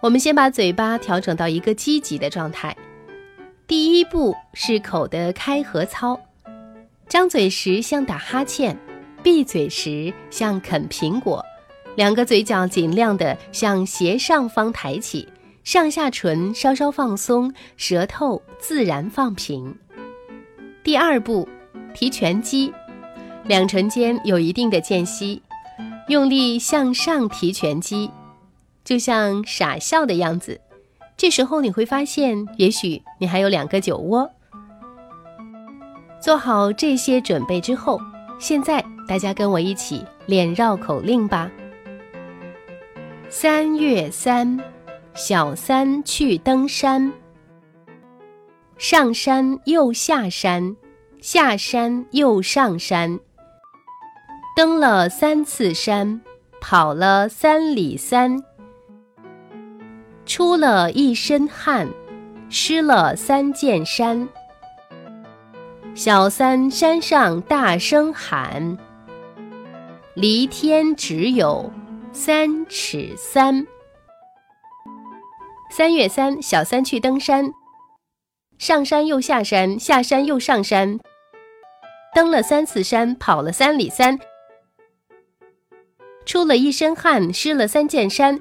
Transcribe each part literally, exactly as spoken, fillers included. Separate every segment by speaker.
Speaker 1: 我们先把嘴巴调整到一个积极的状态。第一步是口的开合操，张嘴时像打哈欠，闭嘴时像啃苹果，两个嘴角尽量的向斜上方抬起，上下唇稍稍放松，舌头自然放平。第二步，提拳肌，两唇间有一定的间隙，用力向上提拳肌，就像傻笑的样子。这时候你会发现，也许你还有两个酒窝。做好这些准备之后，现在大家跟我一起练绕口令吧。三月三，小三去登山，上山又下山，下山又上山，登了三次山，跑了三里三，出了一身汗，湿了三件衫。小三山上大声喊，离天只有三尺三。三月三，小三去登山，上山又下山，下山又上山，登了三次山，跑了三里三，出了一身汗，湿了三件衫。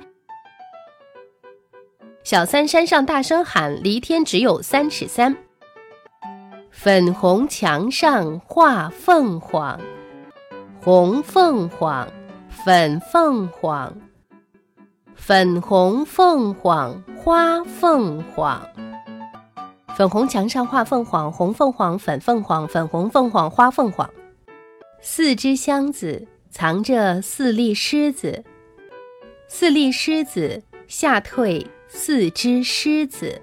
Speaker 1: 小三山上大声喊，离天只有三尺三。粉红墙上画凤凰，红凤凰，粉凤凰，粉红凤凰，花凤凰。粉红墙上画凤凰，红凤凰，粉凤凰，粉红凤凰，花凤凰。四只箱子藏着四粒狮子，四粒狮子吓退四只狮子。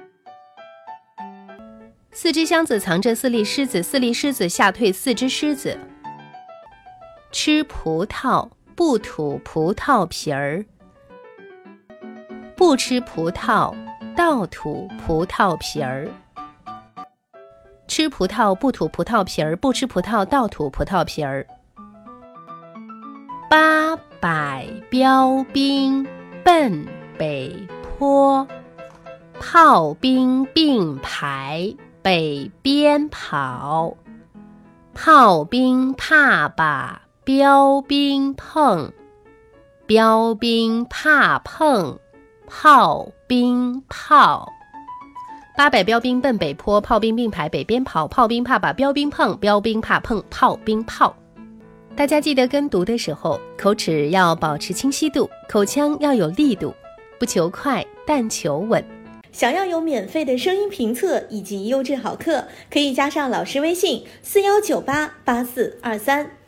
Speaker 1: 四只箱子藏着四粒狮子，四粒狮子吓退四只狮子。吃葡萄不吐葡萄皮儿，不吃葡萄倒吐葡萄皮儿。吃葡萄不吐葡萄皮儿，不吃葡萄倒吐葡萄皮儿。八百标兵奔北坡，炮兵并排北边跑，炮兵怕把标兵碰，标兵怕碰炮兵炮。八百标兵奔北坡，炮兵并排北边跑，炮兵怕把标兵碰，标兵怕碰炮兵炮。大家记得跟读的时候，口齿要保持清晰度，口腔要有力度，不求快，但求稳。
Speaker 2: 想要有免费的声音评测以及优质好课，可以加上老师微信四一九八八四二三。